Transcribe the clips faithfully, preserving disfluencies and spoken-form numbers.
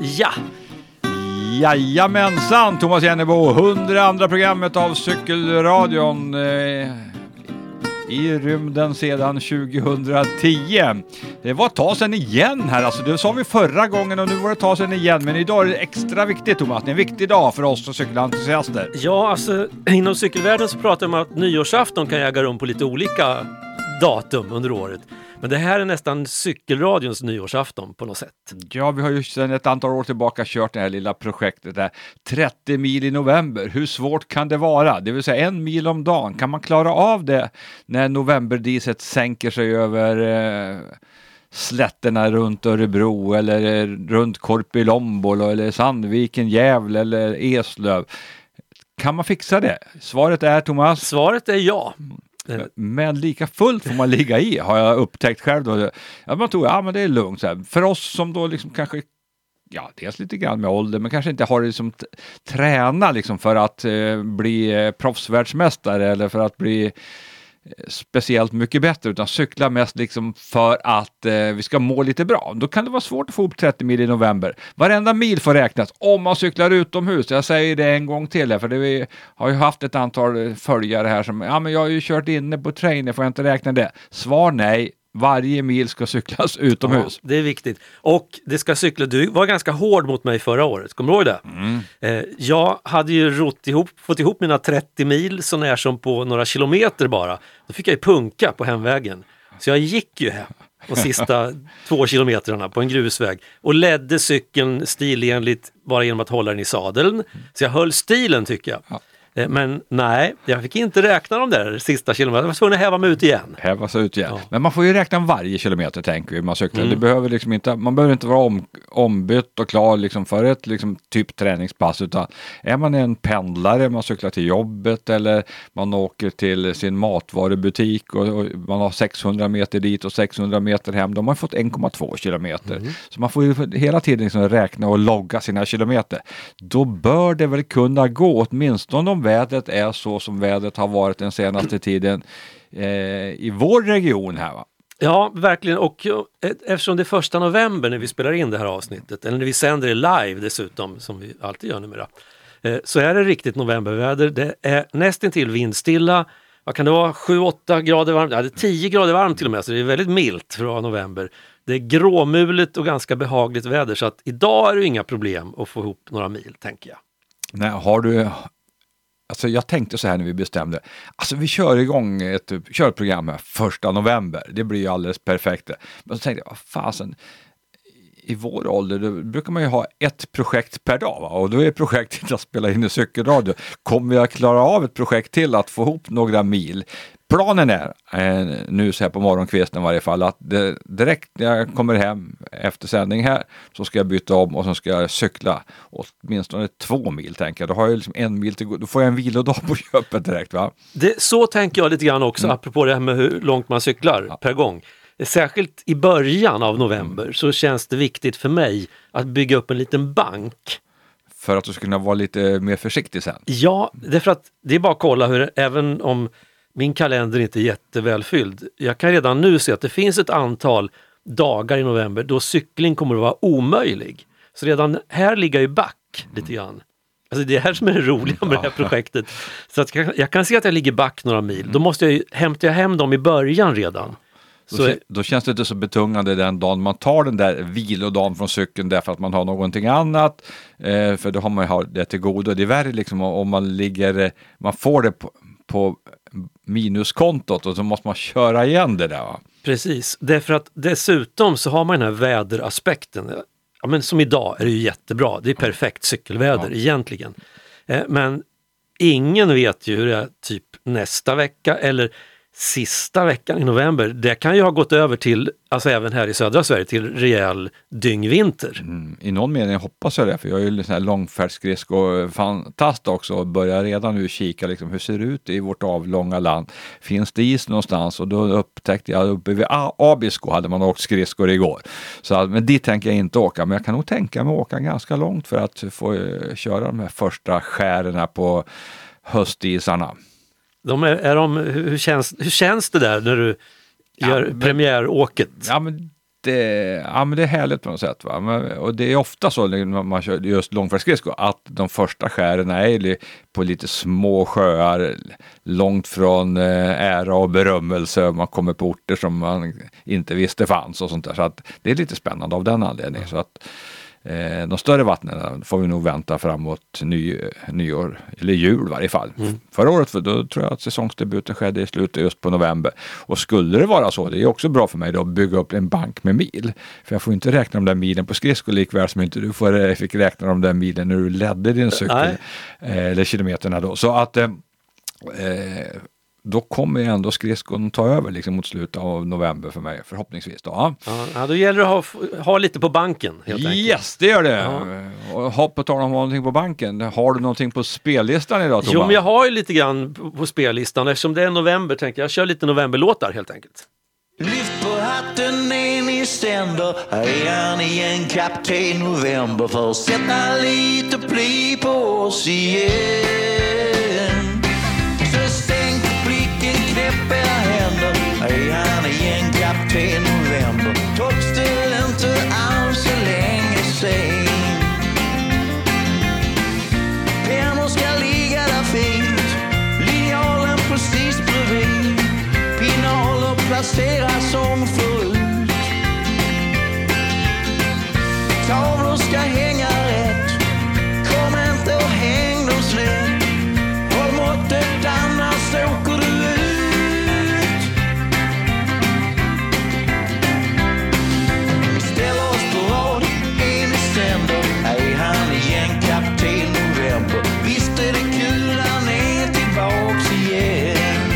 Ja! Jajamensan, Thomas Jennebo, hundraandra programmet av Cykelradion eh, i rymden sedan tjugohundratio. Det var ett tag sedan igen här, alltså det sa vi förra gången och nu var det ett tag sedan igen, men idag är det extra viktigt, Thomas. Det är en viktig dag för oss och cykelentusiaster. Ja, alltså inom cykelvärlden så pratar man om att nyårsafton kan äga rum på lite olika datum under året. Men det här är nästan cykelradions nyårsafton på något sätt. Ja, vi har ju sedan ett antal år tillbaka kört det här lilla projektet där. trettio mil i november. Hur svårt kan det vara? Det vill säga en mil om dagen. Kan man klara av det när novemberdiset sänker sig över eh, slätterna runt Örebro eller runt Korpilombolo eller Sandviken, Gävle eller Eslöv? Kan man fixa det? Svaret är, Thomas? Svaret är ja. Men lika fullt får man ligga i, har jag upptäckt själv då. Ja, man tror, ja men det är lugnt så här. För oss som då liksom kanske, ja dels lite grann med ålder, men kanske inte har liksom t- träna liksom för att eh, bli eh, proffsvärldsmästare eller för att bli eh, speciellt mycket bättre, utan cykla mest liksom för att eh, vi ska må lite bra. Då kan det vara svårt att få upp trettio mil i november. Varenda mil får räknas om man cyklar utomhus. Jag säger det en gång till här, för det vi har ju haft ett antal följare här som, ja men jag har ju kört inne på trainer, får jag inte räkna det? Svar nej. Varje mil ska cyklas utomhus. Ja, det är viktigt. Och det ska cykla. Du var ganska hård mot mig förra året. Kommer du ihåg det? Mm. Eh, jag hade ju rott ihop, fått ihop mina trettio mil så när som på några kilometer bara. Då fick jag ju punka på hemvägen. Så jag gick ju hem de sista två kilometrarna på en grusväg och ledde cykeln stilenligt bara genom att hålla den i sadeln. Så jag höll stilen tycker jag. Ja. Men nej, jag fick inte räkna de där sista kilometerna. Jag var tvungen att häva mig ut igen. Häva sig ut igen. Ja. Men man får ju räkna varje kilometer, tänker vi. Man cyklar. Mm. Det behöver liksom inte, man behöver inte vara om, ombytt och klar liksom för ett liksom, typ träningspass. Utan är man en pendlare, man cyklar till jobbet eller man åker till sin matvarubutik och, och man har sexhundra meter dit och sexhundra meter hem. Då har man fått en komma två kilometer. Mm. Så man får ju hela tiden liksom räkna och logga sina kilometer. Då bör det väl kunna gå, åtminstone om vädret är så som vädret har varit den senaste tiden eh, i vår region här, va? Ja, verkligen. Och eftersom det är första november när vi spelar in det här avsnittet, eller när vi sänder det live dessutom, som vi alltid gör numera, eh, så är det riktigt novemberväder. Det är nästintill vindstilla. Vad kan det vara? sju åtta grader varmt? Ja, det är tio grader varmt till och med, så det är väldigt milt för att vara november. Det är gråmuligt och ganska behagligt väder, så att idag är det inga problem att få ihop några mil, tänker jag. Nej, har du... Alltså jag tänkte så här när vi bestämde. Alltså vi kör igång ett körprogram här första november. Det blir ju alldeles perfekt. Men så tänkte jag, vad fasen. I vår ålder då brukar man ju ha ett projekt per dag. Va? Och då är projektet att spela in i cykelradio. Kommer vi att klara av ett projekt till att få ihop några mil? Planen är, eh, nu så här på morgonkvisten i varje fall, att det, direkt när jag kommer hem efter sändning här så ska jag byta om och så ska jag cykla åtminstone två mil, tänker jag. Då har jag liksom en mil till gå. Då får jag en vilodag på köpet direkt, va? Det, så tänker jag lite grann också, mm. apropå det här med hur långt man cyklar ja. per gång. Särskilt i början av november mm. så känns det viktigt för mig att bygga upp en liten bank. För att du ska kunna vara lite mer försiktig sen? Ja, det är för att det är bara att kolla hur, även om min kalender inte är jättevälfylld. Jag kan redan nu se att det finns ett antal dagar i november då cykling kommer att vara omöjlig. Så redan här ligger jag i back lite grann. Alltså det är här som är det roliga med det här projektet. Så att jag, kan, jag kan se att jag ligger back några mil. Då måste jag ju, hämta jag hem dem i början redan. Då, så, då känns det inte så betungande den dagen man tar den där vilodagen från cykeln därför att man har någonting annat. Eh, för då har man ju det till godo. Det är värre liksom om man ligger, man får det på, på minuskontot och så måste man köra igen det där, va? Precis, därför att dessutom så har man den här väderaspekten. Ja, men som idag är det ju jättebra, det är perfekt cykelväder ja. egentligen. Eh, men ingen vet ju hur det är typ nästa vecka eller sista veckan i november. Det kan ju ha gått över till, alltså även här i södra Sverige, till rejäl dyngvinter. Mm, i någon mening hoppas jag det, för jag är ju en sån här långfärdsskridsko-fantast också och börjar redan nu kika liksom, hur ser det ut i vårt avlånga land. Finns det is någonstans? Och då upptäckte jag uppe vid Abisko hade man åkt skridskor igår. Så, men dit tänker jag inte åka, men jag kan nog tänka mig att åka ganska långt för att få uh, köra de här första skärerna på höstisarna. De är, är de, hur, känns, hur känns det där när du gör ja, premiäråket? Ja, men Det, ja, men det är härligt på något sätt. Va? Men, och det är ofta så när man kör just långfärdsskridskor att de första skären är på lite små sjöar långt från eh, ära och berömmelse. Man kommer på orter som man inte visste fanns och sånt där. Så att det är lite spännande av den anledningen. Så att Eh, de större vattnen får vi nog vänta framåt ny, nyår, eller jul i varje fall. Mm. Förra året, för då tror jag att säsongsdebuten skedde i slutet just på november. Och skulle det vara så, det är också bra för mig då att bygga upp en bank med mil. För jag får inte räkna de där milen på skridskor likväl som inte du får, fick räkna de där milen när du ledde din cykel. Eh, eller kilometerna då. Så att eh, eh, då kommer ändå skridskon ta över liksom mot slutet av november för mig, förhoppningsvis då. Ja, ja då gäller det att ha, ha lite på banken helt enkelt. Yes, det gör det. Ja. Och hopp och tala om någonting på banken. Har du någonting på spellistan idag, Thomas? Jo, men jag har ju lite grann på, på spellistan. Eftersom det är november tänker jag, jag kör lite novemberlåtar helt enkelt. Lyft på hatten en i ständer, här är han igen, kapten November, för att sätta lite pli på oss igen. Så sänk blicken, knäpp era händer, här är han igen, kapten November, trots det inte alls så länge sen. Pennor ska ligga där fint, linjalen precis bredvid, pinaler placeras som förut. Tavlor ska hänga rätt, kom inte och häng dem snett. Håll måttet annars åker du ut. Ställ oss på rad, en i ständer, är han igen, kapten November. Visst är det kul, han är tillbaks igen.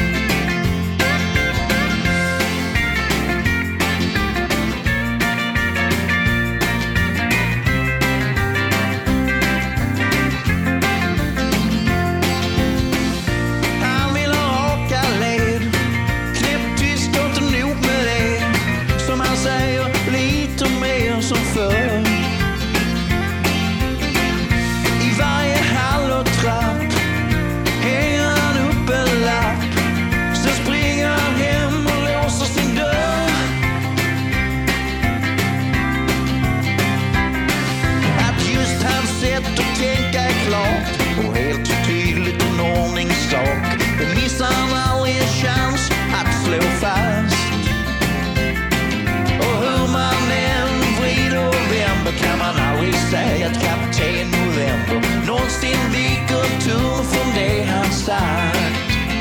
Och helt tydligt en ordningssak, det missar han aldrig en chans att slå fast. Och hur man än vrider och vänder kan man aldrig säga att kapten November någonsin viker tur från det han sagt.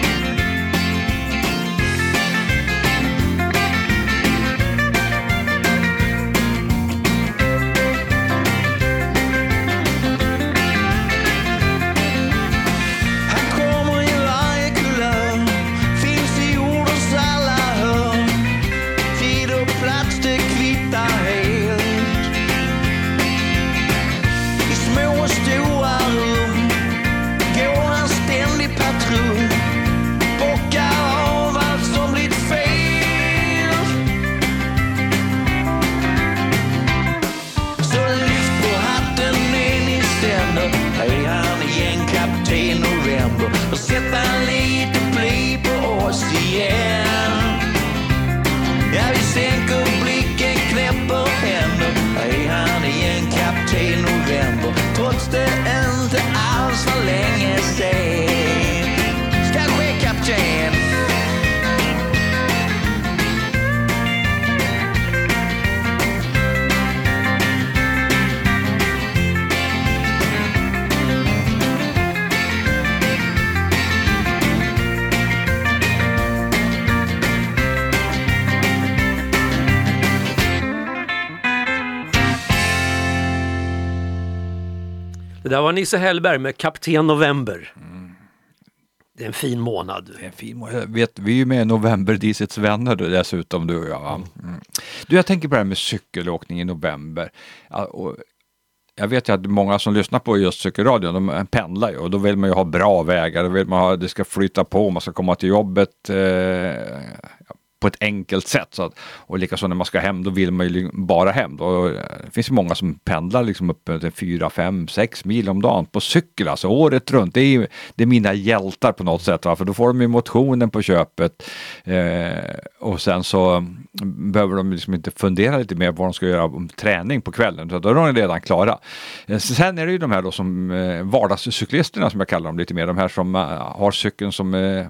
Och sätta lite pli på oss igen. Ja, vi sänker blicken, knäpper händer, är han igen, kapten November, trots det inte alls för länge sen. Ska ske, kapten. Det där var Nisse Hellberg med kapten November. Mm. Det är en fin månad. Det är en fin månad. Vet, vi är ju med i Novemberdisets vänner då, dessutom, du och jag. Va? Mm. Du, jag tänker på det här med cykelåkning i november. Ja, och jag vet ju att många som lyssnar på just cykelradion, de pendlar ju. Och då vill man ju ha bra vägar. Då vill man ha, det ska flytta på, man ska komma till jobbet eh, på ett enkelt sätt. Så att, och likaså när man ska hem, då vill man ju bara hem. Då, det finns ju många som pendlar liksom upp till fyra, fem, sex mil om dagen på cykel, alltså året runt. Det är, det är mina hjältar på något sätt, va? För då får de ju motionen på köpet eh, och sen så behöver de liksom inte fundera lite mer på vad de ska göra om träning på kvällen, så då är de redan klara. Eh, sen är det ju de här då som eh, vardagscyklisterna som jag kallar dem lite mer, de här som eh, har cykeln som eh,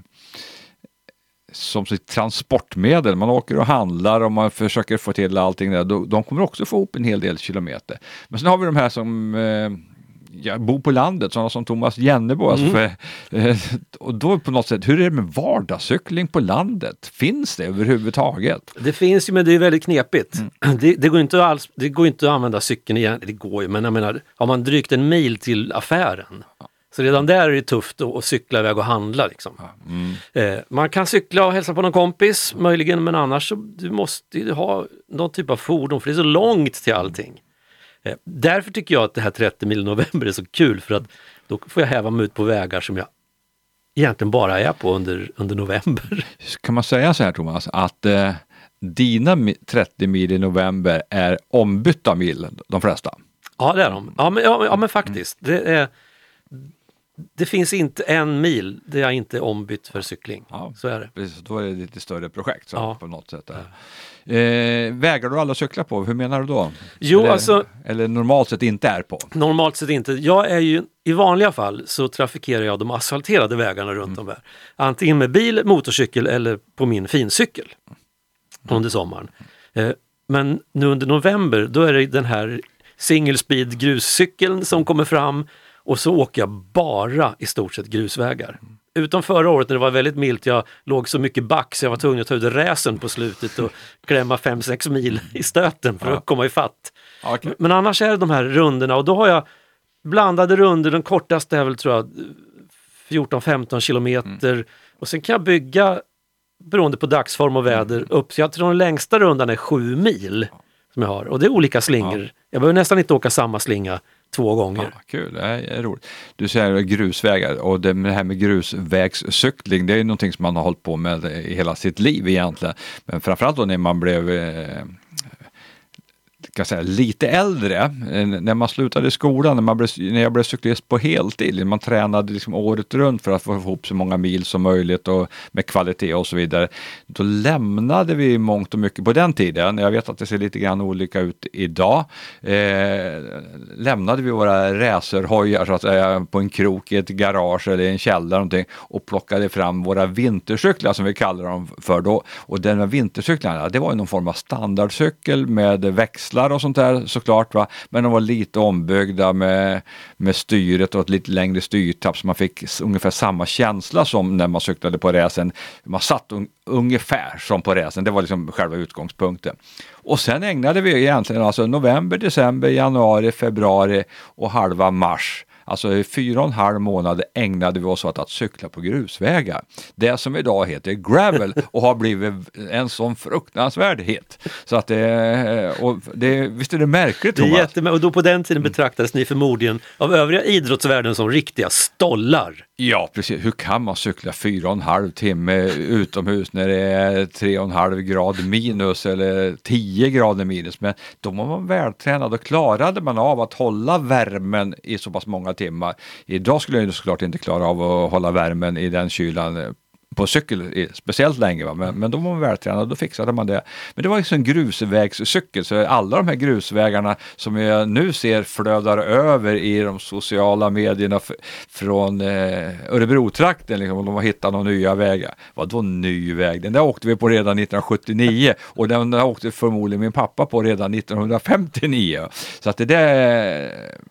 som sitt transportmedel. Man åker och handlar och man försöker få till allting där. De kommer också få ihop en hel del kilometer. Men sen har vi de här som eh, ja, bor på landet, sådana som Thomas Jennebo. Mm. Alltså för, eh, och då på något sätt, hur är det med vardagscykling på landet? Finns det överhuvudtaget? Det finns ju, men det är väldigt knepigt. Mm. Det, det, går inte alls, det går inte att använda cykeln igen. Det går ju, men jag menar, har man drygt en mil till affären, så redan där är det tufft att, att cykla iväg och handla. Liksom. Mm. Eh, man kan cykla och hälsa på någon kompis, möjligen, men annars så du måste du ha någon typ av fordon, för det är så långt till allting. Eh, därför tycker jag att det här trettio mil november är så kul, för att då får jag häva mig ut på vägar som jag egentligen bara är på under, under november. Kan man säga så här, Thomas, att eh, dina trettio mil i november är ombytta mil, de flesta? Ja, det är de. Ja, men, ja, ja, men faktiskt. Det är... Det finns inte en mil där jag inte är ombytt för cykling. Ja, så är det. Precis, då är det lite större projekt så, ja. På något sätt. Ja. Eh, vägar du alla cyklar på? Hur menar du då? Jo, eller, alltså, eller normalt sett inte är på? Normalt sett inte. Jag är ju, i vanliga fall så trafikerar jag de asfalterade vägarna runt mm. om här. Antingen med bil, motorcykel eller på min fincykel mm. under sommaren. Eh, men nu under november, då är det den här single speed gruscykeln som kommer fram. Och så åker jag bara i stort sett grusvägar. Mm. Utom förra året när det var väldigt milt, jag låg så mycket back så jag var tvungen att ta ut räsen på slutet och klämma fem sex mil i stöten för ja. Att komma i fatt. Okay. Men annars är det de här rundorna, och då har jag blandade runder. Den kortaste är väl, tror jag, fjorton femton kilometer. Mm. Och sen kan jag bygga, beroende på dagsform och väder, mm. upp. Så jag tror den längsta rundan är sju mil som jag har. Och det är olika slingor. Ja. Jag behöver nästan inte åka samma slinga två gånger. Ja, kul, det är roligt. Du säger grusvägar, och det, det här med grusvägscykling, det är ju någonting som man har hållit på med i hela sitt liv egentligen. Men framförallt då när man blev eh, kan säga, lite äldre, när man slutade i skolan, när, man blev, när jag blev cyklist på heltid, man tränade liksom året runt för att få ihop så många mil som möjligt och med kvalitet och så vidare, då lämnade vi mångt och mycket på den tiden. Jag vet att det ser lite grann olika ut idag. Eh, lämnade vi våra racerhojar så att säga på en krok i ett garage eller en källare någonting, och plockade fram våra vintercyklar som vi kallar dem för då. Och den här vintercyklarna, det var ju någon form av standardcykel med växlar och sånt där såklart, va? Men de var lite ombyggda med, med styret och ett lite längre styrtapp, så man fick ungefär samma känsla som när man cyklade på racen. Man satt un, ungefär som på racen, det var liksom själva utgångspunkten. Och sen ägnade vi egentligen alltså november, december, januari, februari och halva mars. Alltså i fyra och en halv månad ägnade vi oss åt att cykla på grusvägar. Det som idag heter gravel och har blivit en sån fruktansvärd hit. Så att det, och det, visst är det märkligt, Thomas? Det är jättemär- och då på den tiden betraktades ni förmodligen av övriga idrottsvärlden som riktiga stollar. Ja, precis. Hur kan man cykla fyra och en halv timme utomhus när det är tre och en halv grad minus eller tio grader minus? Men då var man vältränad och klarade man av att hålla värmen i så pass många timmar. Idag skulle jag ju såklart inte klara av att hålla värmen i den kylan på cykel speciellt länge, va? Men, men då var man vältränad, då fixade man det. Men det var ju en grusvägscykel, så alla de här grusvägarna som jag nu ser flödar över i de sociala medierna f- från eh, Örebro-trakten, liksom, och de har hittat några nya vägar. Vadå ny väg? Den där åkte vi på redan nittonhundrasjuttionio och den där åkte förmodligen min pappa på redan nittonhundrafemtionio. Så att det där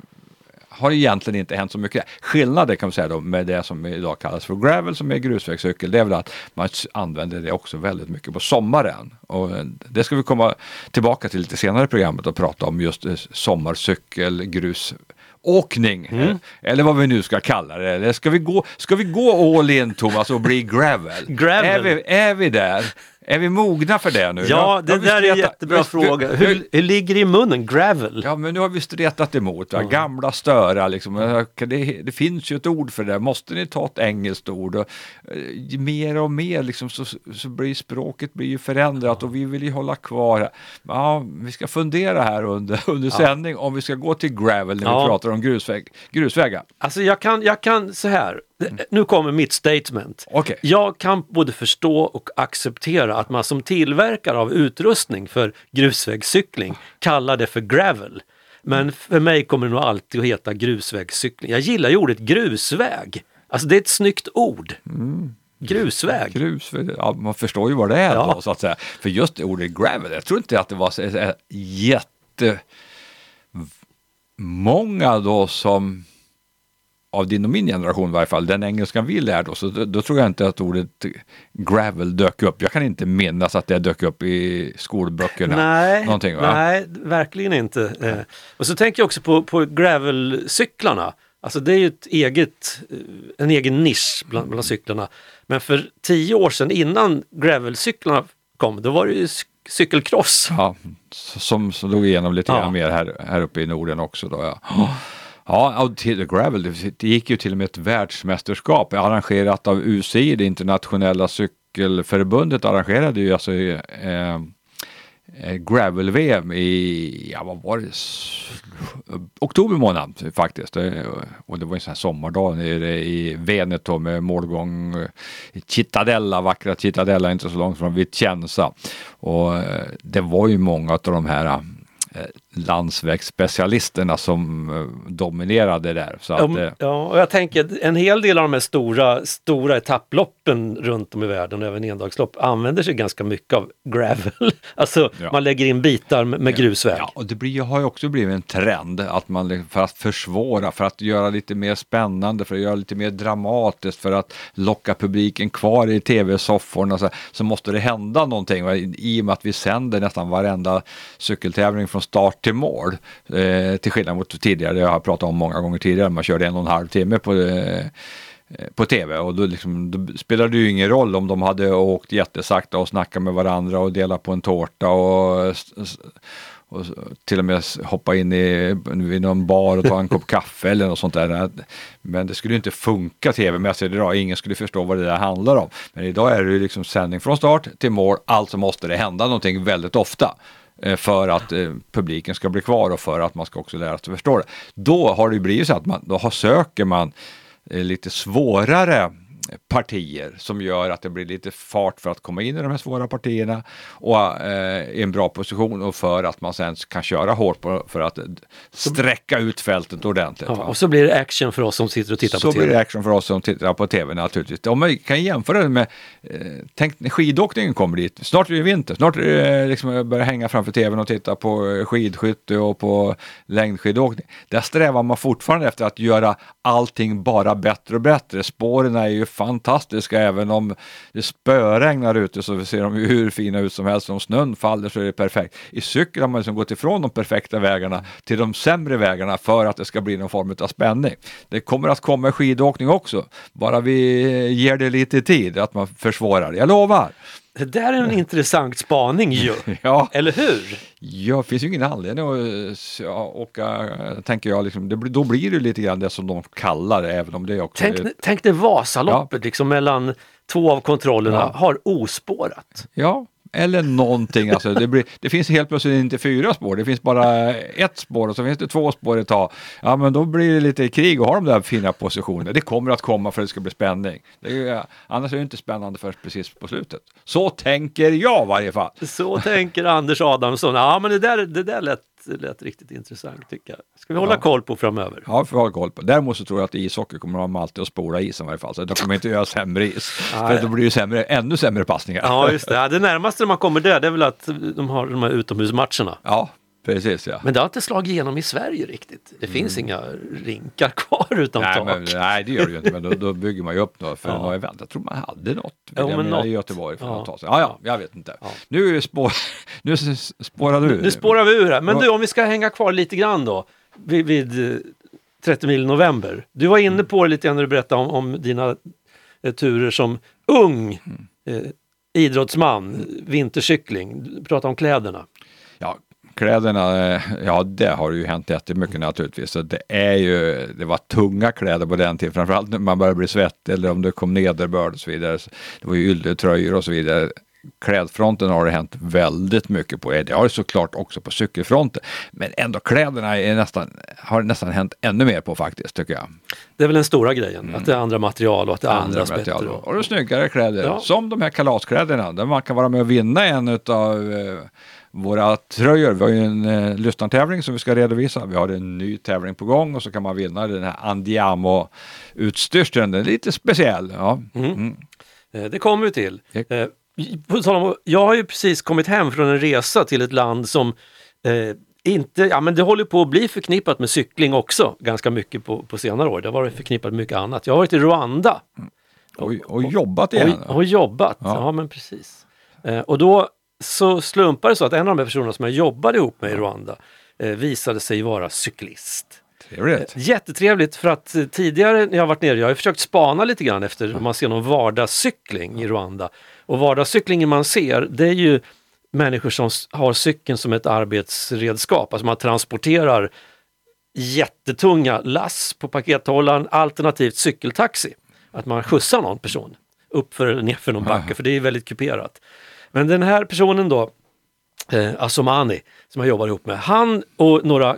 har egentligen inte hänt så mycket. Skillnaden kan man säga då med det som idag kallas för gravel, som är grusvägscykel, det är väl att man använder det också väldigt mycket på sommaren. Och det ska vi komma tillbaka till lite senare i programmet och prata om just sommarcykel, grus åkning, mm. eller vad vi nu ska kalla det. Eller ska vi gå, ska vi gå all in, Thomas, och bli gravel? Gravel. Är vi, är vi där? Är vi mogna för det nu? Ja, det har vi där är en stretat- jättebra vi- fråga. vi- Hur, hur ligger det i munnen? Gravel? Ja, men nu har vi stretat emot. Va? Gamla störa liksom. Det, det finns ju ett ord för det. Måste ni ta ett engelskt ord? Och, eh, mer och mer liksom, så, så blir språket blir ju förändrat och vi vill ju hålla kvar. Ja, vi ska fundera här under, under sändning om vi ska gå till gravel när Ja. vi pratar om grusväg, grusvägar. Alltså jag kan, jag kan så här. Nu kommer mitt statement. Okej. Jag kan både förstå och acceptera att man som tillverkare av utrustning för grusvägscykling kallar det för gravel. Men för mig kommer det nog alltid att heta grusvägscykling. Jag gillar ju ordet grusväg. Alltså det är ett snyggt ord. Grusväg. Grusväg, ja, man förstår ju vad det är Ja. då, så att säga. För just ordet gravel, jag tror inte att det var så, så, jätte många då som av din och min generation i varje fall, den engelska vi lärde oss, så då, då tror jag inte att ordet gravel dök upp. Jag kan inte minnas att det dök upp i skolböckerna. Nej, Någonting, va? nej, verkligen inte. Eh, och så tänker jag också på, på gravelcyklarna. Alltså det är ju ett eget, eh, en egen nisch bland, bland cyklarna. Men för tio år sedan innan gravelcyklarna kom, då var det ju cy- cykelcross. Ja, som, som låg igenom lite Ja. grann mer här, här uppe i Norden också då, ja. Ja, och till gravel, det, det gick ju till och med ett världsmästerskap arrangerat av U C I, det internationella cykelförbundet arrangerade ju alltså eh, eh, gravel-V M i, ja vad var det, S- oktober månad faktiskt. Det, och det var en sån här sommardag nere i Veneto med målgång i Cittadella, vackra Cittadella, inte så långt från Vicenza. Och eh, det var ju många av de här eh, landsvägsspecialisterna som eh, dominerade där. Så att, eh, Ja, och jag tänker en hel del av de här stora, stora etapploppen runt om i världen, även endagslopp, använder sig ganska mycket av gravel. Alltså Ja. man lägger in bitar med, med grusväg. Ja, och det blir, har ju också blivit en trend att man för att försvåra, för att göra lite mer spännande, för att göra lite mer dramatiskt, för att locka publiken kvar i tv-sofforna så, så måste det hända någonting. I och med att vi sänder nästan varenda cykeltävling från start till mål. Eh, till skillnad mot tidigare, jag har pratat om många gånger tidigare, man körde en och en halv timme på eh, på tv och då, liksom, då spelade det ju ingen roll om de hade åkt jättesakta och snackat med varandra och delat på en tårta och, och till och med hoppa in i, i någon bar och ta en kopp kaffe eller något sånt där. Men det skulle ju inte funka tv-mässigt idag, ingen skulle förstå vad det där handlar om. Men idag är det ju liksom sändning från start till mål, alltså måste det hända någonting väldigt ofta för att eh, publiken ska bli kvar och för att man ska också lära sig förstå det. Då har det blivit så att man, då har, söker man eh, lite svårare partier som gör att det blir lite fart för att komma in i de här svåra partierna och eh, i en bra position och för att man sen kan köra hårt på, för att sträcka ut fältet ordentligt. Ja, va? och så blir det action för oss som sitter och tittar Så på tv. blir det action för oss som tittar på tv naturligtvis. Om man kan jämföra det med, eh, tänk när skidåkningen kommer dit. Snart är det vinter, snart är det liksom börjar hänga framför tvn och titta på skidskytte och på längdskidåkning. Där strävar man fortfarande efter att göra allting bara bättre och bättre. Spåren är ju fantastiska, även om det spöregnar ute så ser de ju hur fina ut som helst. Om snön faller så är det perfekt. I cykel har man liksom gått ifrån de perfekta vägarna till de sämre vägarna för att det ska bli någon form av spänning. Det kommer att komma i skidåkning också. Bara vi ger det lite tid att man försvårar. Jag lovar! Det där är en intressant spaning ju. Ja. Eller hur? Ja, det finns ju ingen anledning att ja, åka, tänker jag, liksom, det, då blir det lite grann det som de kallar det, även om det också Tänk, är... tänk dig Vasaloppet liksom mellan två av kontrollerna Ja. har ospårat. Ja, eller någonting. Alltså, det, blir, det finns helt plötsligt inte fyra spår, det finns bara ett spår och så finns det två spår ett tag. Ja, men då blir det lite krig och har de där fina positionerna. Det kommer att komma för att det ska bli spänning. Det är, annars är det inte spännande först precis på slutet. Så tänker jag i varje fall. Så tänker Anders Adamsson. Ja, men det där, det där lät, lät riktigt intressant tycker jag. Ska vi hålla Ja. koll på framöver? Ja, för att ha koll på. Däremot så tror jag att ishockey kommer de alltid att spora isen i varje fall. Så de kommer inte göra sämre is. För då blir det sämre, ännu sämre passningar. Ja, just det. Ja, det närmaste man kommer där, det är väl att de har de här utomhusmatcherna. Ja, precis ja. Men det har inte slagit igenom i Sverige riktigt. Det finns inga rinkar kvar utan Nej, tak. men, nej, det gör det ju inte, men då, då bygger man ju upp något för Ja. något event. Jag tror man hade något Jo, vill jag men mena, något. i Göteborg för Ja. något tag sedan. Ja, ja, jag vet inte. Ja. Nu, spår, nu s- spårade du. Nu spårar vi ur här. Men Ja. du, om vi ska hänga kvar lite grann då. Vid, vid eh, trettio mil november. Du var inne på det lite grann när du berättade om, om dina eh, turer som ung Mm. eh, idrottsman, vintercykling, prata om kläderna. Ja, kläderna, ja det har ju hänt jättemycket naturligtvis. Så det är ju, det var tunga kläder på den tiden, framförallt när man började bli svettig eller om det kom nederbörd och så vidare. Det var ju ylletröjor och så vidare. Klädfronten har det hänt väldigt mycket på. Det har det såklart också på cykelfronten. Men ändå kläderna är nästan, har nästan hänt ännu mer på faktiskt, tycker jag. Det är väl den stora grejen, mm. att det är andra material och att det är andra andra material. bättre. Och det är snyggare kläder, ja. Som de här kalaskläderna, där man kan vara med och vinna en av eh, våra tröjor. Vi har ju en eh, lyssnartävling som vi ska redovisa. Vi har en ny tävling på gång och så kan man vinna den här Andiamo-utstyrseln. Den är lite speciell. Ja. Mm. Mm. Eh, det kommer vi till. Ja. Eh, Jag har ju precis kommit hem från en resa till ett land som eh, inte, ja men det håller på att bli förknippat med cykling också ganska mycket på, på senare år. Det har varit förknippat med mycket annat. Jag har varit i Rwanda. Och, och, och jobbat igen. Och, och jobbat, ja, ja men precis. Eh, och då så slumpar det så att en av de här personerna som jag jobbade ihop med i Rwanda eh, visade sig vara cyklist. Trevligt. Jättetrevligt, för att tidigare när jag har varit nere, jag har försökt spana lite grann efter om man ser någon vardagscykling i Rwanda. Och vardagscyklingen man ser, det är ju människor som har cykeln som ett arbetsredskap. Alltså man transporterar jättetunga lass på pakethållaren, alternativt cykeltaxi. Att man skjutsar någon person upp för eller ner för någon backe, för det är väldigt kuperat. Men den här personen då, eh, Asomani, som jag jobbar ihop med, han och några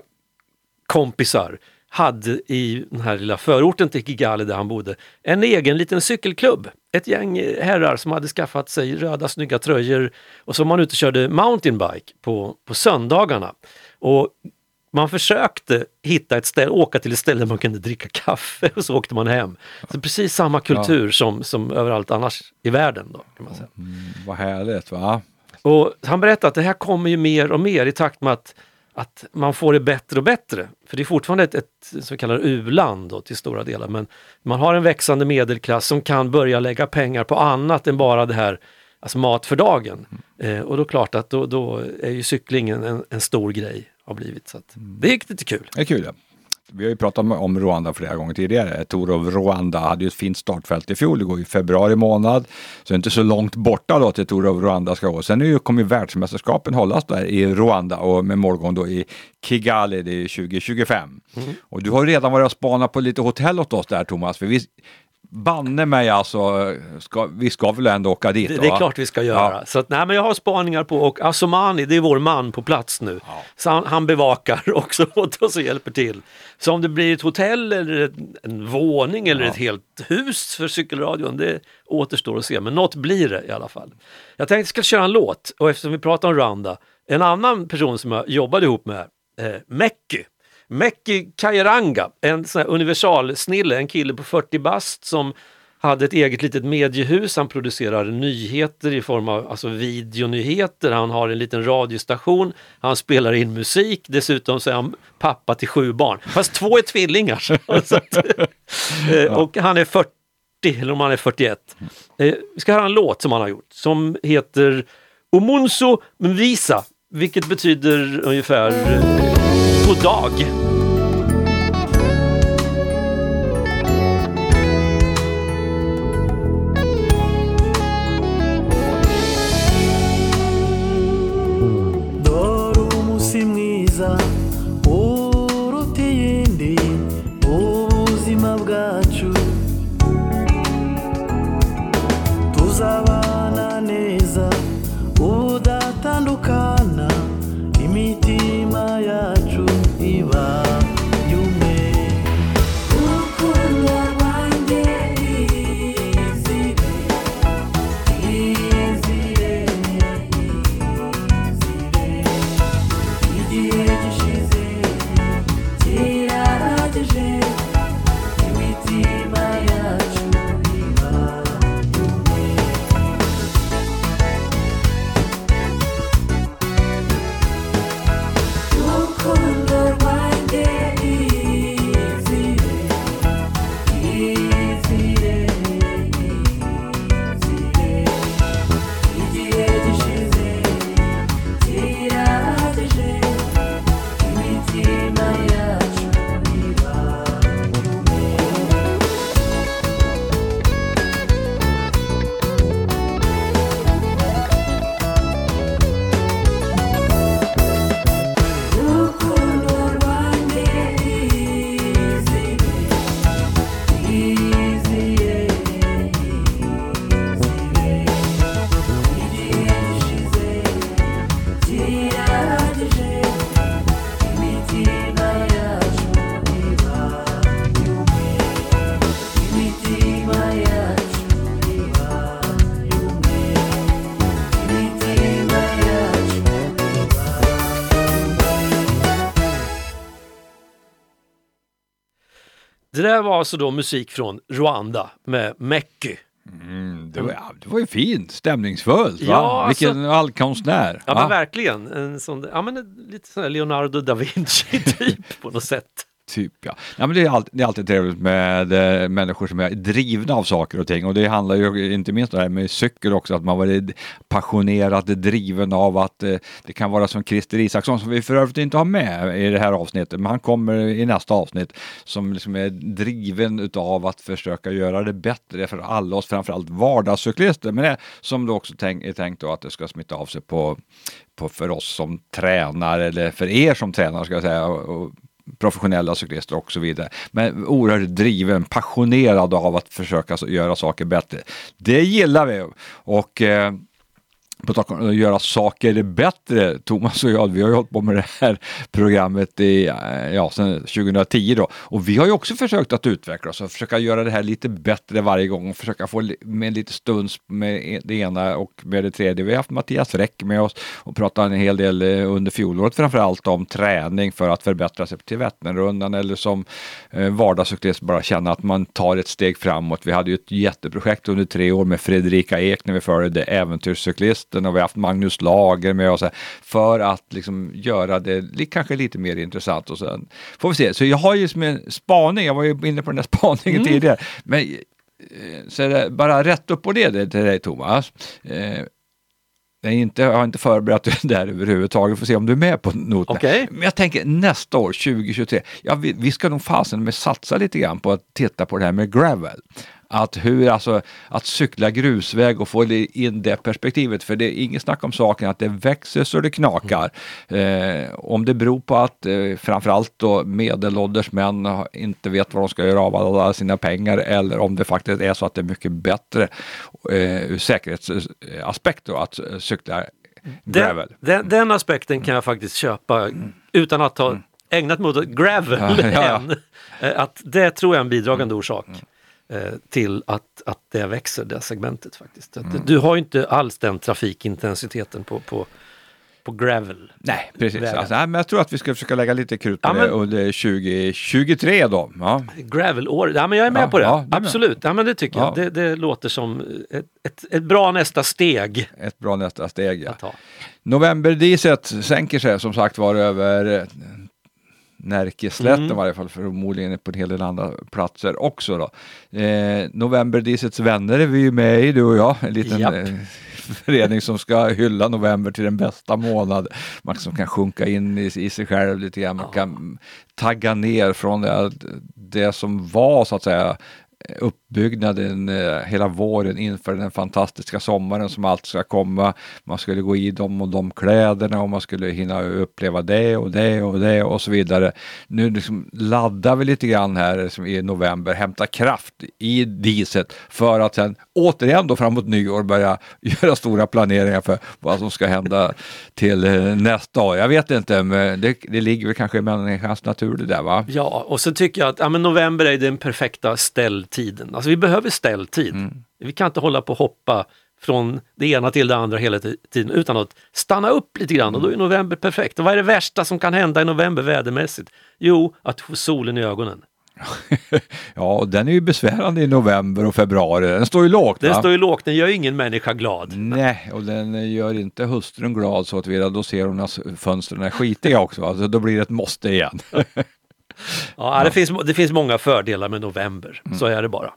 kompisar hade i den här lilla förorten till Kigali där han bodde en egen liten cykelklubb. Ett gäng herrar som hade skaffat sig röda snygga tröjor och som man ute körde mountainbike på, på söndagarna. Och man försökte hitta ett ställe, åka till ett ställe där man kunde dricka kaffe och så åkte man hem. Så precis samma kultur ja. som, som överallt annars i världen då, kan man säga. Mm, vad härligt, va? Och han berättade att det här kommer ju mer och mer i takt med att att man får det bättre och bättre. För det är fortfarande ett, ett så kallat u-land då, till stora delar. Men man har en växande medelklass som kan börja lägga pengar på annat än bara det här, alltså mat för dagen. Mm. Eh, och då klart att då, då är ju cyklingen en, en stor grej har blivit. Så att mm. det är lite kul. Det är kul, ja. Vi har ju pratat om Rwanda flera gånger tidigare. Tour of Rwanda hade ju ett fint startfält i fjol. Det går i februari månad. Så det är inte så långt borta då till Tour of Rwanda ska gå. Sen är ju, kommer ju världsmästerskapen hållas där i Rwanda och med morgon då i Kigali, det är tjugo tjugofem. Mm. Och du har redan varit och spanat på lite hotell åt oss där, Thomas. För vi banne mig alltså, ska, vi ska väl ändå åka dit. Det, det är klart vi ska göra. Ja. Så att, nej, men jag har spaningar på, och Asomani, det är vår man på plats nu. Ja. Så han, han bevakar också åt oss och hjälper till. Så om det blir ett hotell eller ett, en våning eller ja. ett helt hus för cykelradion, det återstår att se. Men något blir det i alla fall. Jag tänkte att jag ska köra en låt, och eftersom vi pratar om Rwanda, en annan person som jag jobbade ihop med, eh, Mekki. Mekki Kayiranga, en sån här universalsnille, en kille på fyrtio bast som hade ett eget litet mediehus. Han producerar nyheter i form av alltså videonyheter. Han har en liten radiostation. Han spelar in musik. Dessutom så är han pappa till sju barn. Fast två är tvillingar. Så att, och han är fyrtio, eller om han är fyrtioett. Vi ska höra en låt som han har gjort som heter Omunso Mvisa, vilket betyder ungefär god dag. Dore umunsi mwiza uruta iyindi ubuzima bwacu, tuzabana neza udatandukana, imitima yacu iba Det där var alltså då musik från Rwanda med Mekki. Mm, det, var, ja, det var ju fint, stämningsfullt. Va? Ja, Vilken alltså, allkonstnär. Ja, va? men verkligen. En sån, ja, men lite sån här Leonardo da Vinci typ på något sätt. Typ, ja. ja men det, är alltid, det är alltid trevligt med eh, människor som är drivna av saker och ting. Och det handlar ju inte minst det här med cykel också. Att man var passionerat driven av att eh, det kan vara som Christer Isaksson, som vi för övrigt inte har med i det här avsnittet. Men han kommer i nästa avsnitt, som liksom är driven utav att försöka göra det bättre för alla oss, framförallt vardagscyklister. Men det som då också tänk, är tänkt då att det ska smitta av sig på, på för oss som tränar, eller för er som tränar ska jag säga, och, och professionella cyklister och så vidare. Men oerhört driven, passionerad av att försöka göra saker bättre. Det gillar vi. Och eh, på tal om att göra saker bättre, Thomas och jag, vi har ju hållit på med det här programmet i, ja, sedan tjugohundratio då. Och vi har ju också försökt att utveckla oss och försöka göra det här lite bättre varje gång och försöka få med lite stunds med det ena och med det tredje. Vi har haft Mattias Räck med oss och pratat en hel del under fjolåret, framförallt om träning för att förbättra sig till Vätternrundan, eller som vardagscyklist bara känna att man tar ett steg framåt. Vi hade ju ett jätteprojekt under tre år med Fredrika Ek när vi följde äventyrscyklist, och vi har haft Magnus Lager med oss för att liksom göra det kanske lite mer intressant, och sen får vi se. Så jag har ju som en spaning, jag var ju inne på den där spaningen mm. tidigare, men så är det bara rätt upp på det till dig, Thomas. Eh, jag, inte, jag har inte förberett det där överhuvudtaget, får se om du är med på noten. Okay. Men jag tänker nästa år, tjugohundratjugotre, ja, vi, vi ska nog fasen med satsa lite grann på att titta på det här med gravel. Att hur, alltså, att cykla grusväg och få in det perspektivet, för det är inget snack om saken att det växer så det knakar. Eh, om det beror på att eh, framförallt då medelålders män inte vet vad de ska göra av alla sina pengar, eller om det faktiskt är så att det är mycket bättre eh, ur säkerhetsaspekt då, att cykla gravel. Den, den, den aspekten kan jag faktiskt köpa utan att ha ägnat mig åt gravel ja, ja. än. Att det tror jag är en bidragande orsak till att, att det växer, det segmentet faktiskt. Att mm. Du har ju inte alls den trafikintensiteten på, på, på gravel. Nej, precis. Alltså, nej, men jag tror att vi ska försöka lägga lite krut på ja, det men, under tjugohundratjugotre då. Ja. Gravel-år, ja men jag är med ja, på det. Ja, det absolut, ja, men det tycker ja. jag. Det, det låter som ett, ett, ett bra nästa steg. Ett bra nästa steg, ja. Att Novemberdiset sänker sig som sagt var över Närkeslätten mm. i varje fall, förmodligen på en hel del andra platser också då. Eh, Novemberdisets vänner är vi ju med i, du och jag, en liten eh, förening som ska hylla november till den bästa månad. Man som kan sjunka in i, i sig själv lite grann, man ja. kan tagga ner från det, det som var så att säga uppbyggnaden eh, hela våren inför den fantastiska sommaren som allt ska komma. Man skulle gå i dem och de kläderna och man skulle hinna uppleva det och det och det och så vidare. Nu liksom laddar vi lite grann här som i november, hämta kraft i diset för att sen återigen då framåt nyår börja göra stora planeringar för vad som ska hända till eh, nästa år. Jag vet inte, men det, det ligger väl kanske i människans natur det där, va? Ja, och så tycker jag att ja, men november är den perfekta ställ tiden. Alltså vi behöver ställtid. Mm. Vi kan inte hålla på och hoppa från det ena till det andra hela tiden utan att stanna upp lite grann, och då är november perfekt. Och vad är det värsta som kan hända i november vädermässigt? Jo, att få solen i ögonen. Ja, och den är ju besvärande i november och februari. Den står ju lågt. Den va? står ju lågt, den gör ingen människa glad. Nej, och den gör inte hustrun glad, så att vi då ser hon att fönstren är skitiga också. Alltså, då blir det ett måste igen. Ja, det, ja. Finns, det finns många fördelar med november, mm. så är det bara.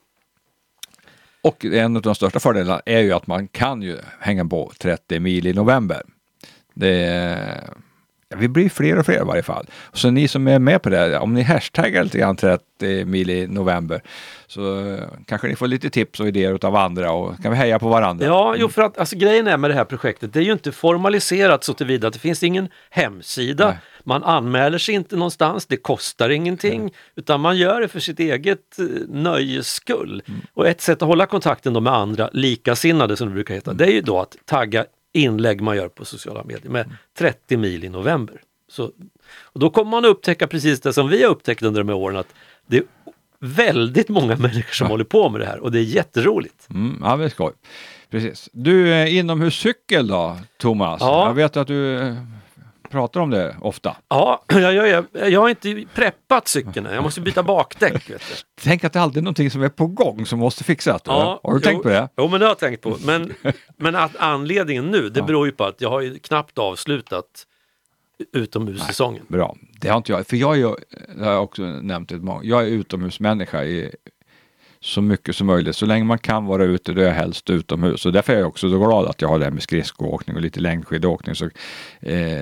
Och en av de största fördelarna är ju att man kan ju hänga på trettio mil i november. Det är, ja, vi blir fler och fler i varje fall. Så ni som är med på det, om ni hashtaggar lite grann trettio mil i november, så kanske ni får lite tips och idéer av andra och kan vi heja på varandra. Ja, jo, för att alltså, grejen är med det här projektet, det är ju inte formaliserat så tillvida att det finns ingen hemsida. Nej. Man anmäler sig inte någonstans, det kostar ingenting, mm. utan man gör det för sitt eget nöjes skull. Mm. Och ett sätt att hålla kontakten då med andra likasinnade, som det brukar heta, mm. det är ju då att tagga inlägg man gör på sociala medier med trettio mil i november. Så, och då kommer man att upptäcka precis det som vi har upptäckt under de här åren, att det är väldigt många människor som ja. håller på med det här, och det är jätteroligt. Mm, ja, det är skoj. Precis. Du är inomhuscykel då, Thomas. Ja. Jag vet att du pratar om det ofta. Ja, jag, jag, jag har inte preppat cykeln. Jag måste byta bakdäck. Vet du. Tänk att det är alltid någonting som är på gång som måste fixas. Ja, har du jo, tänkt på det? Jo, men det har jag tänkt på. Men, men att anledningen nu, det beror ju på att jag har ju knappt avslutat utomhussäsongen. Nej, bra. Det har inte jag. För jag är ju, det har jag också nämnt ett många. Jag är utomhusmänniska i så mycket som möjligt. Så länge man kan vara ute, då är jag helst utomhus. Och därför är jag också så glad att jag har det här med skridskoåkning och lite längdskidåkning. Så, eh,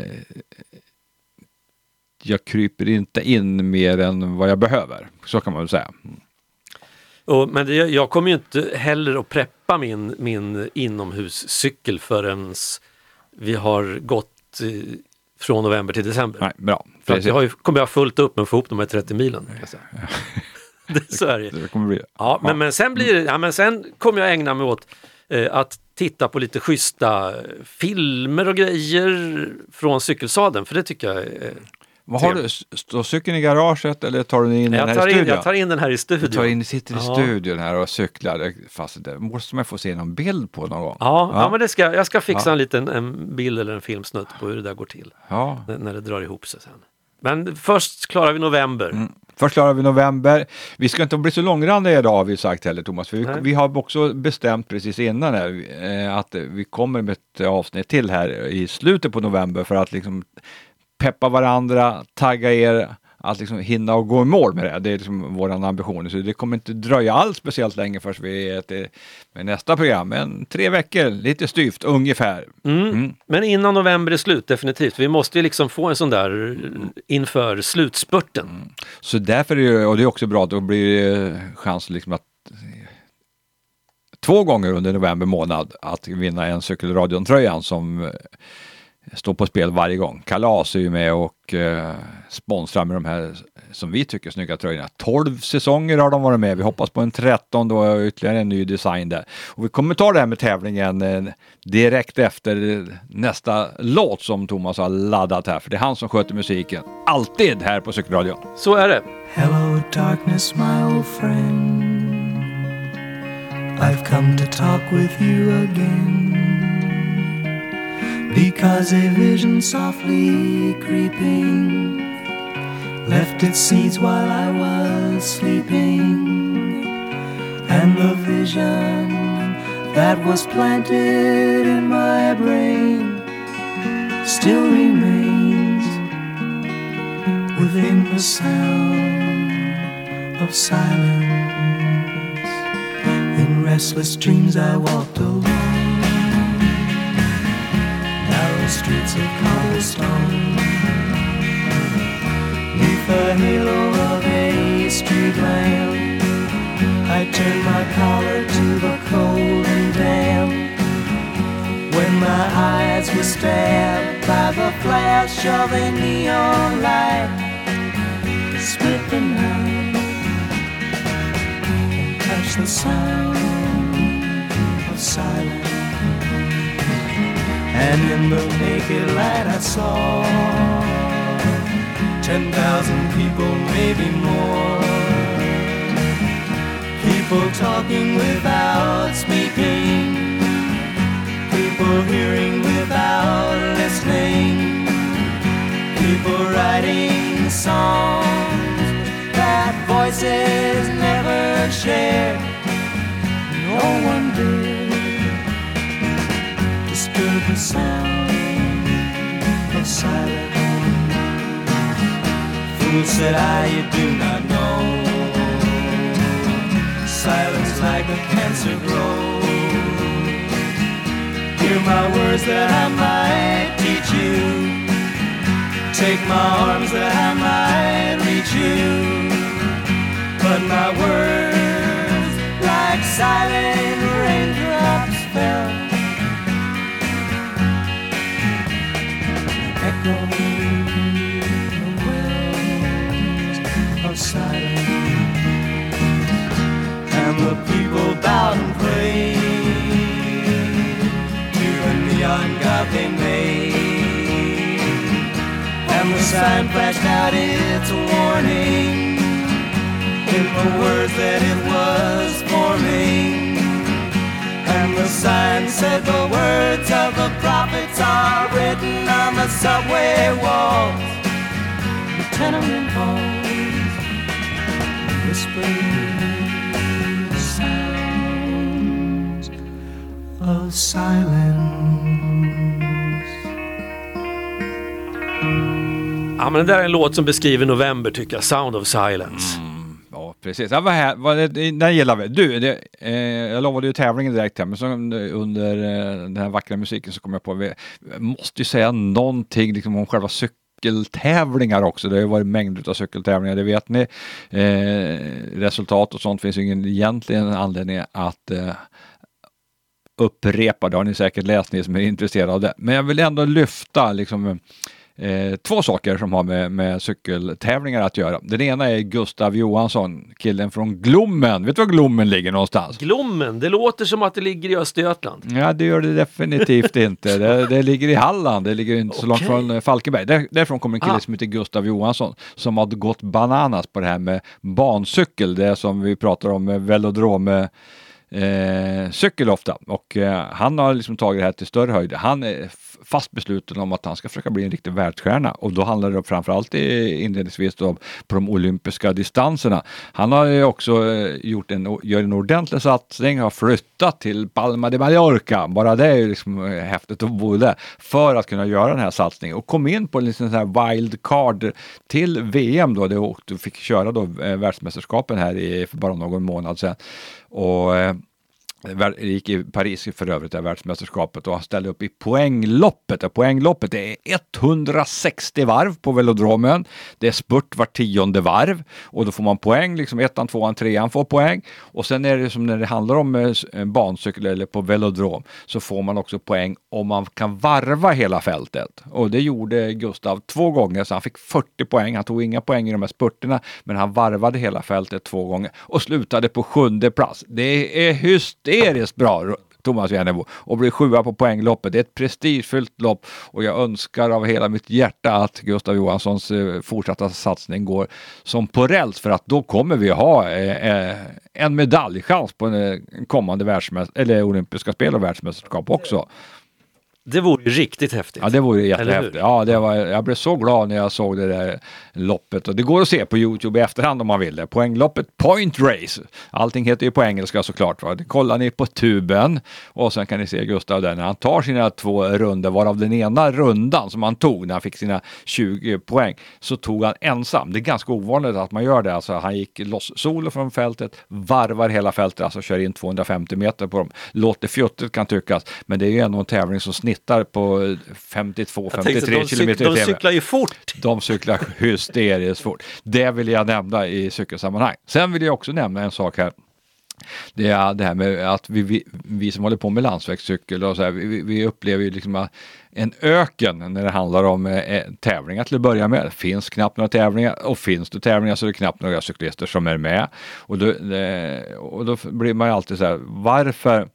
jag kryper inte in mer än vad jag behöver. Så kan man väl säga. Och, men det, jag kommer ju inte heller att preppa min, min inomhuscykel förrän vi har gått eh, från november till december. Nej, bra. För att jag har ju, kommer jag fullt upp med att få ihop de här trettio milen. Kan jag säga. Det, så är det. Det kommer bli. Ja, men, men, sen blir det, ja, men sen kommer jag ägna mig åt eh, att titta på lite schyssta filmer och grejer från cykelsadeln, för det tycker jag är... Vad har du? Står cykeln i garaget eller tar du in jag den här tar i in, studion? Jag tar in den här i studion. Du tar in, sitter i ja. studion här och cyklar. Fast det måste man få se någon bild på någon gång. Ja, ja. ja men det ska, jag ska fixa ja. en liten en bild eller en filmsnutt på hur det där går till. Ja. När, när det drar ihop sig sen. Men först klarar vi november. Mm. Först klarar vi november. Vi ska inte bli så långrandiga idag, har vi sagt heller, Thomas. För vi, vi har också bestämt precis innan här, eh, att vi kommer med ett avsnitt till här i slutet på november för att liksom peppa varandra, tagga er, att liksom hinna och gå i mål med det. Det är liksom våran ambition. Så det kommer inte dröja alls speciellt länge först vi är till med nästa program. Men tre veckor, lite styvt, ungefär. Mm. Mm. Men innan november är slut, definitivt. Vi måste ju liksom få en sån där inför slutspurten. Mm. Så därför är det, och det är också bra, då blir det chans liksom att två gånger under november månad att vinna en cykelradion-tröjan som står på spel varje gång. Kalas är ju med och eh, sponsrar med de här som vi tycker snygga tröjorna. tolv säsonger har de varit med. Vi hoppas på en tretton och ytterligare en ny design där. Och vi kommer ta det här med tävlingen eh, direkt efter nästa låt som Thomas har laddat här. För det är han som sköter musiken. Alltid här på Cykelradion. Så är det. Hello darkness my old friend, I've come to talk with you again, because a vision softly creeping left its seeds while I was sleeping, and the vision that was planted in my brain still remains within the sound of silence. In restless dreams I walked alone, narrow streets of cobblestone, neath the halo of a street lamp. I turned my collar to the cold and damp, when my eyes were stabbed by the flash of a neon light. It split the night and touched the sound of silence. And in the naked light I saw ten thousand people, maybe more, people talking without speaking, people hearing without listening, people writing songs that voices never share. No one did disturb the sound of silence. Fool, said I, you do not know, silence like a cancer grows. Hear my words that I might teach you, take my arms that I might reach you, but my words like silent raindrops fell, echoing the wells of silence. And the people bowed and prayed to the neon god they made, and the sign flashed out its warning in the words that it was forming. And the sign said the words of the prophets are written on the the subway walls, the tenement halls, whispering sounds of silence. Ja, men det där är en låt som beskriver november, tycker jag. Sound of Silence. Mm, ja, precis. Ja, vad här, vad det, det gillar vi. Du, det, eh, jag lovade ju tävlingen direkt här, men så under eh, den här vackra musiken så kom jag på vi måste ju säga någonting liksom, om själva cykeltävlingar också. Det har ju varit mängder av cykeltävlingar, det vet ni. Eh, resultat och sånt finns ju ingen egentligen anledning att eh, upprepa. Det har ni säkert läst, ni som är intresserade av det. Men jag vill ändå lyfta liksom Eh, två saker som har med, med cykeltävlingar att göra. Den ena är Gustav Johansson, killen från Glommen. Vet du var Glommen ligger någonstans? Glommen, det låter som att det ligger i Östergötland. Ja, det gör det definitivt inte. Det, det ligger i Halland, det ligger inte så Okej. långt från Falkenberg. Där, därifrån kommer en kille Ah. som heter Gustav Johansson som har gått bananas på det här med bancykel. Det som vi pratar om med velodrom eh, cykel ofta. Och eh, han har liksom tagit det här till större höjd. Han är fast besluten om att han ska försöka bli en riktig världsstjärna, och då handlar det framförallt inledningsvis då på de olympiska distanserna. Han har ju också gjort en, gör en ordentlig satsning, har flyttat till Palma de Mallorca, bara det är ju liksom häftigt att bo där, för att kunna göra den här satsningen, och kom in på en liten sån här wildcard till V M då, det åkte, fick köra då världsmästerskapen här i för bara någon månad sedan, och det gick i Paris för övrigt det världsmästerskapet, och han ställde upp i poängloppet. Och poängloppet är etthundrasextio varv på velodromen. Det är spurt var tionde varv, och då får man poäng, liksom ettan, tvåan, trean får poäng, och sen är det som när det handlar om en bancykel eller på velodrom, så får man också poäng om man kan varva hela fältet, och det gjorde Gustav två gånger, så han fick fyrtio poäng. Han tog inga poäng i de här spurterna, men han varvade hela fältet två gånger och slutade på sjunde plats. Det är hysteriskt Eriskt bra, Thomas Jernebo, och blir sjua på poängloppet. Det är ett prestigefyllt lopp, och jag önskar av hela mitt hjärta att Gustav Johanssons eh, fortsatta satsning går som på räls, för att då kommer vi ha eh, en medaljchans på en, en kommande världsmäst- eller olympiska spel och världsmästerskap också. Det vore ju riktigt häftigt. Ja, det vore jättehäftigt. Ja, det var, jag blev så glad när jag såg det där loppet. Och det går att se på YouTube i efterhand om man vill det. Poängloppet Point Race. Allting heter ju på engelska såklart. Va? Det kollar ni på tuben. Och sen kan ni se Gustav där när han tar sina två runder. Varav den ena rundan som han tog när han fick sina tjugo poäng. Så tog han ensam. Det är ganska ovanligt att man gör det. Alltså, han gick loss solo från fältet. Varvar hela fältet. Alltså kör in tvåhundrafemtio meter på dem. Låter fjuttigt kan tyckas. Men det är ju ändå en tävling som snittar på femtiotvå femtiotre kilometer i de cyklar ju fort. De cyklar hysteriskt fort. Det vill jag nämna i cykelsammanhang. Sen vill jag också nämna en sak här. Det är det här med att vi, vi, vi som håller på med landsvägscykel och så här, vi, vi upplever ju liksom en öken när det handlar om eh, tävlingar till att börja med. Det finns knappt några tävlingar, och finns det tävlingar så är det knappt några cyklister som är med. Och då, det, och då blir man ju alltid så här, varför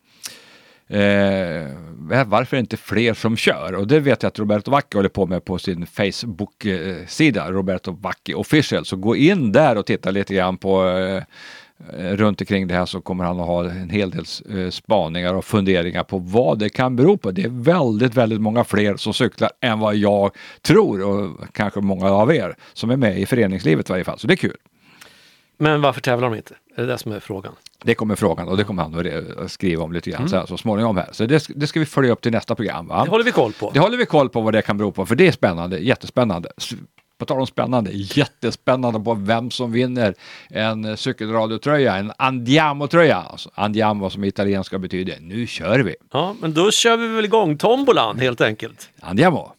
Eh, varför är det inte fler som kör? Och det vet jag att Roberto Vacchi håller på med på sin Facebook-sida, Roberto Vacchi Official. Så gå in där och titta lite grann på eh, runt omkring det här, så kommer han att ha en hel del eh, spaningar och funderingar på vad det kan bero på. Det är väldigt, väldigt många fler som cyklar än vad jag tror, och kanske många av er som är med i föreningslivet i varje fall. Så det är kul. Men varför tävlar de inte? Är det det som är frågan? Det kommer frågan, och det kommer han att skriva om lite grann mm. så, här, så småningom här. Så det, det ska vi följa upp till nästa program, va? Det håller vi koll på. Det håller vi koll på vad det kan bero på, för det är spännande, jättespännande. På tal om spännande, jättespännande på vem som vinner en cykelradiotröja, en Andiamo-tröja. Alltså, Andiamo som italienska betyder nu kör vi. Ja, men då kör vi väl igång tombolan helt enkelt. Andiamo.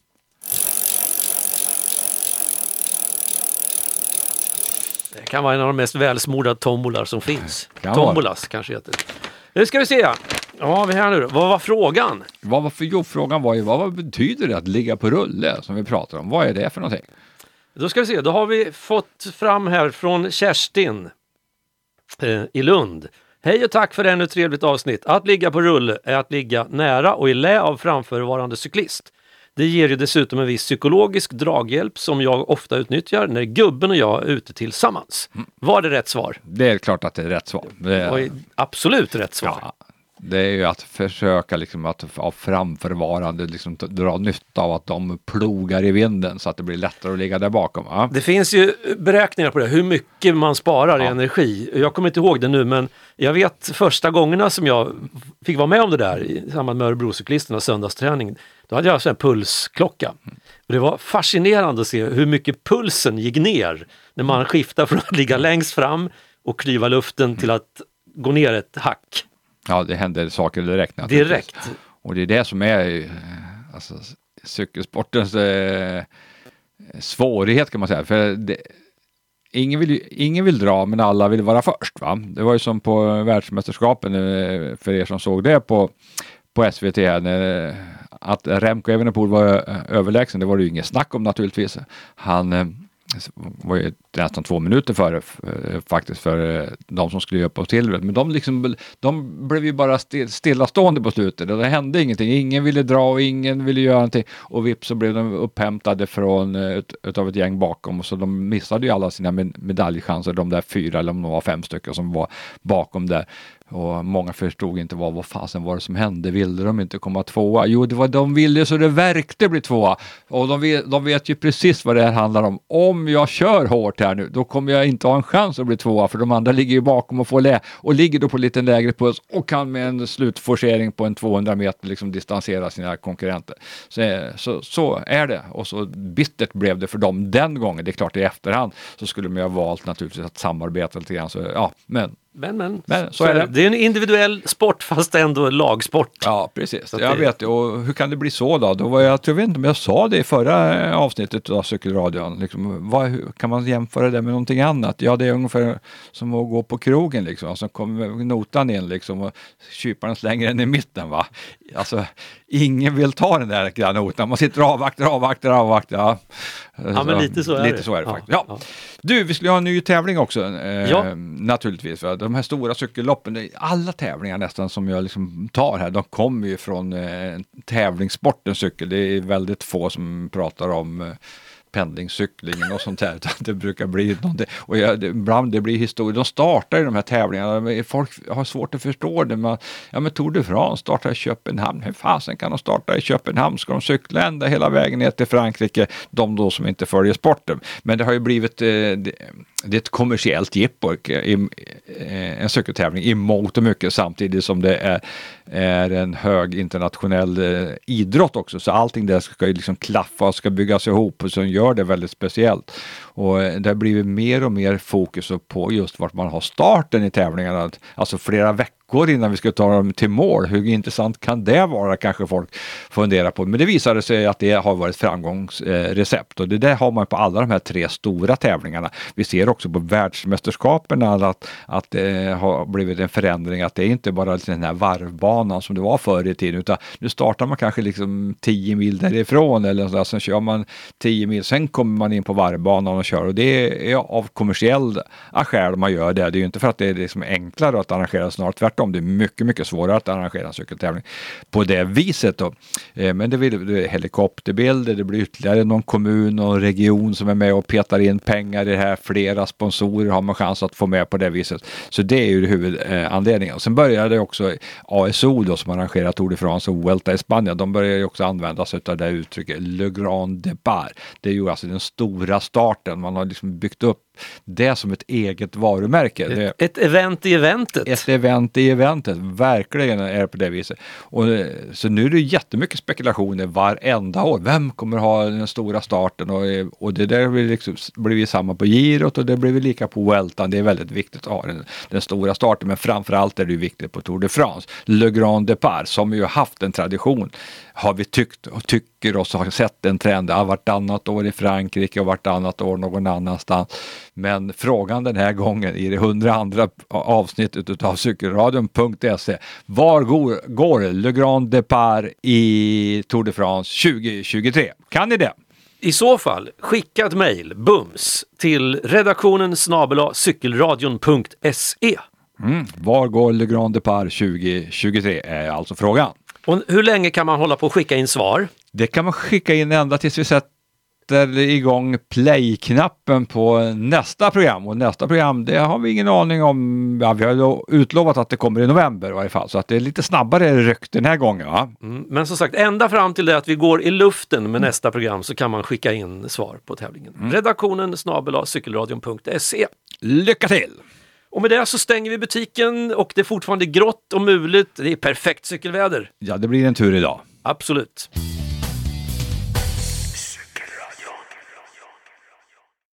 Det kan vara en av de mest välsmorda tombolar som finns. Kan Tombolas kanske heter. Nu ska vi se. Ja, vi här nu då. Vad var frågan? Vad var för jo, frågan var ju, vad betyder det att ligga på rulle som vi pratar om? Vad är det för någonting? Då ska vi se. Då har vi fått fram här från Kerstin eh, i Lund. Hej och tack för ännu ett trevligt avsnitt. Att ligga på rulle är att ligga nära och i lä av framförvarande cyklist. Det ger ju dessutom en viss psykologisk draghjälp som jag ofta utnyttjar när gubben och jag är ute tillsammans. Var det rätt svar? Det är klart att det är rätt svar. Det är... är... absolut rätt svar. Ja, Det är ju att försöka liksom att av framförvarande liksom dra nytta av att de plogar i vinden så att det blir lättare att ligga där bakom. Ja. Det finns ju beräkningar på det, hur mycket man sparar Ja. i energi. Jag kommer inte ihåg det nu, men jag vet första gångerna som jag fick vara med om det där i samband med Örebrocyklisternas söndagsträning, då hade jag alltså en pulsklocka. Och det var fascinerande att se hur mycket pulsen gick ner när man skiftar från att ligga längst fram och klyva luften till att gå ner ett hack. Ja, det händer saker direkt naturligtvis. Direkt. Och det är det som är eh, alltså, cykelsportens eh, svårighet kan man säga. För det, ingen, vill, ingen vill dra, men alla vill vara först. Va? Det var ju som på världsmästerskapen, eh, för er som såg det på, på S V T, eh, att Remco Evenepoel var överlägsen. Det var det ju inget snack om naturligtvis. Han eh, var ju nästan två minuter före faktiskt för de som skulle upp på silvret. Men de, liksom, de blev ju bara still, stillastående på slutet. Och det hände ingenting. Ingen ville dra och ingen ville göra någonting. Och vips så blev de upphämtade från ut, utav ett gäng bakom. Och så de missade ju alla sina medaljchanser. De där fyra eller om de var fem stycken som var bakom där. Och många förstod inte vad, vad fasen var det som hände. Ville de inte komma tvåa? Jo, det var de ville så det verkte bli tvåa. Och de vet, de vet ju precis vad det här handlar om. Om jag kör hårt här nu, då kommer jag inte ha en chans att bli tvåa. För de andra ligger ju bakom och får lä. Och ligger då på lite lägre puls och kan med en slutforcering på en tvåhundra meter liksom distansera sina konkurrenter. Så, så, så är det. Och så bittert blev det för dem den gången. Det är klart i efterhand så skulle man ju ha valt naturligtvis att samarbeta lite grann. Så, ja, men Men, men, Men så så är är det. det. Det är en individuell sport fast ändå lagsport. ja, precis. Så att Jag det- vet det. Och hur kan det bli så då? Då var jag, jag tror inte om jag sa det i förra avsnittet av Cykelradion. Liksom, vad, hur, kan man jämföra det med någonting annat? Ja, det är ungefär som att gå på krogen liksom. Och så kommer notan in liksom och kyparen slänger den i mitten, va? Alltså, ingen vill ta den där granotan. Man sitter och avvaktar, avvaktar, avvaktar. Ja, Ja, men lite så är lite det. så är det Ja, faktiskt. Ja. ja. Du, vi skulle ha en ny tävling också. Eh, Ja. Naturligtvis. För de här stora cykelloppen, det är alla tävlingar nästan som jag liksom tar här, de kommer ju från eh, tävlingssporten cykel. Det är väldigt få som pratar om eh, pendlingscyklingen och sånt där. Det brukar bli någonting. Och jag, det, ibland det blir historia. De startar i de här tävlingarna. Folk har svårt att förstå det. Man, ja, men Tour de France startar i Köpenhamn. Hur fasen kan de starta i Köpenhamn? Ska de cykla ända hela vägen ner till Frankrike? De då som inte följer sporten. Men det har ju blivit eh, det, det är ett kommersiellt jippo, en cykeltävling i mångt och mycket, samtidigt som det är, är en hög internationell eh, idrott också. Så allting där ska ju liksom klaffa och ska byggas ihop och så gör det väldigt speciellt. Och eh, det har blivit mer och mer fokus på just vart man har starten i tävlingarna. Alltså flera veckor innan vi ska ta dem till mål. Hur intressant kan det vara, kanske folk funderar på. Men det visade sig att det har varit framgångsrecept. Och det där har man på alla de här tre stora tävlingarna. Vi ser också på världsmästerskapen att, att det har blivit en förändring. Att det är inte bara den här varvbanan som det var förr i tiden. Utan nu startar man kanske liksom tio mil därifrån. Eller så där, sen kör man tio mil. Sen kommer man in på varvbanan och kör. Och det är av kommersiella skäl man gör det. Det är ju inte för att det är liksom enklare att arrangera, snart tvärtom. Det är mycket, mycket svårare att arrangera en cykeltävling på det viset då. Eh, men det blir, det är helikopterbilder, det blir ytterligare någon kommun och region som är med och petar in pengar i det här. Flera sponsorer har man chans att få med på det viset. Så det är ju huvudanledningen. Och sen började det också A S O då, som arrangerar Tour de France och Vuelta i Spanien. De börjar ju också använda sig av det uttrycket Le Grand Départ. Det är ju alltså den stora starten. Man har liksom byggt upp det som ett eget varumärke. Det, Ett, ett event i eventet. ett event i eventet, verkligen är det på det viset. Och, så nu är det jättemycket spekulationer varenda år. Vem kommer ha den stora starten? Och, och det där blir, liksom, blir vi samma på Girot och det blir vi lika på Vueltan. Det är väldigt viktigt att ha den, den stora starten, men framförallt är det viktigt på Tour de France. Le Grand Départ, som ju har haft en tradition, har vi tyckt och tycker oss har sett en trend. Det har varit annat år i Frankrike och varit annat år någon annanstans. Men frågan den här gången i det hundraandra avsnittet av cykelradion punkt se. Var går, går Le Grand Départ i Tour de France tjugo tjugotre? Kan ni det? I så fall, skicka ett mejl, bums, till redaktionen snabel-a cykelradion punkt se. Mm. Var går Le Grand Départ tjugo tjugotre är alltså frågan. Och hur länge kan man hålla på att skicka in svar? Det kan man skicka in ända tills vi sätter sätter igång play-knappen på nästa program. Och nästa program, det har vi ingen aning om. Ja, vi har då utlovat att det kommer i november i varje fall. Så att det är lite snabbare ryck den här gången. Ja. Mm, men som sagt, ända fram till det att vi går i luften med mm. nästa program så kan man skicka in svar på tävlingen. Mm. Redaktionen snabel-a cykelradion punkt se. Lycka till! Och med det så stänger vi butiken och det är fortfarande grått och muligt. Det är perfekt cykelväder. Ja, det blir en tur idag. Absolut.